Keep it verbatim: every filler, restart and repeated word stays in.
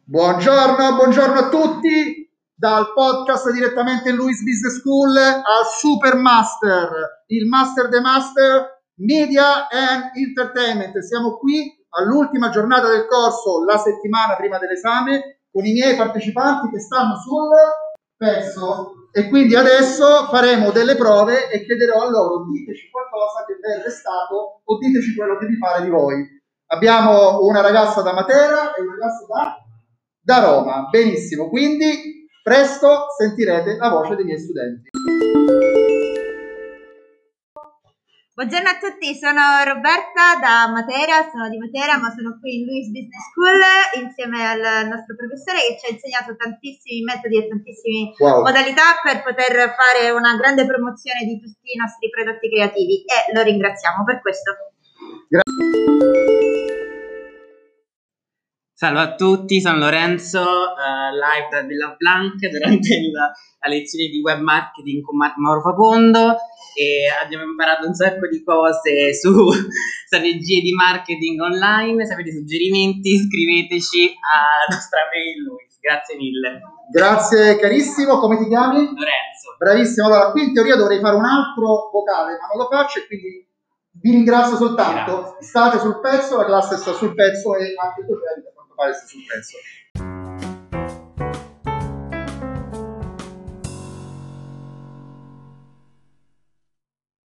Buongiorno, buongiorno a tutti dal podcast direttamente in Luis Business School al Super Master, il Master the Master Media and Entertainment. Siamo qui all'ultima giornata del corso, la settimana prima dell'esame, con i miei partecipanti che stanno sul pezzo e quindi adesso faremo delle prove e chiederò a loro: diteci qualcosa che vi è restato o diteci quello che vi pare di voi. Abbiamo una ragazza da Matera e un ragazzo da da Roma, benissimo, quindi presto sentirete la voce dei miei studenti. Buongiorno a tutti, sono Roberta da Matera, sono di Matera ma sono qui in Luis Business School insieme al nostro professore che ci ha insegnato tantissimi metodi e tantissime wow. modalità per poter fare una grande promozione di tutti i nostri prodotti creativi e lo ringraziamo per questo. Grazie. Salve a tutti, sono Lorenzo, uh, live da Villa Blanc durante il, la lezione di web marketing con Mauro Facondo e abbiamo imparato un sacco di cose su strategie di marketing online. Se avete suggerimenti scriveteci alla nostra mail Luis. Grazie mille. Grazie carissimo, come ti chiami? Lorenzo. Bravissimo, allora qui in teoria dovrei fare un altro vocale ma non lo faccio e quindi vi ringrazio soltanto. Grazie. State sul pezzo, la classe sta sul pezzo e anche il docente sul pezzo.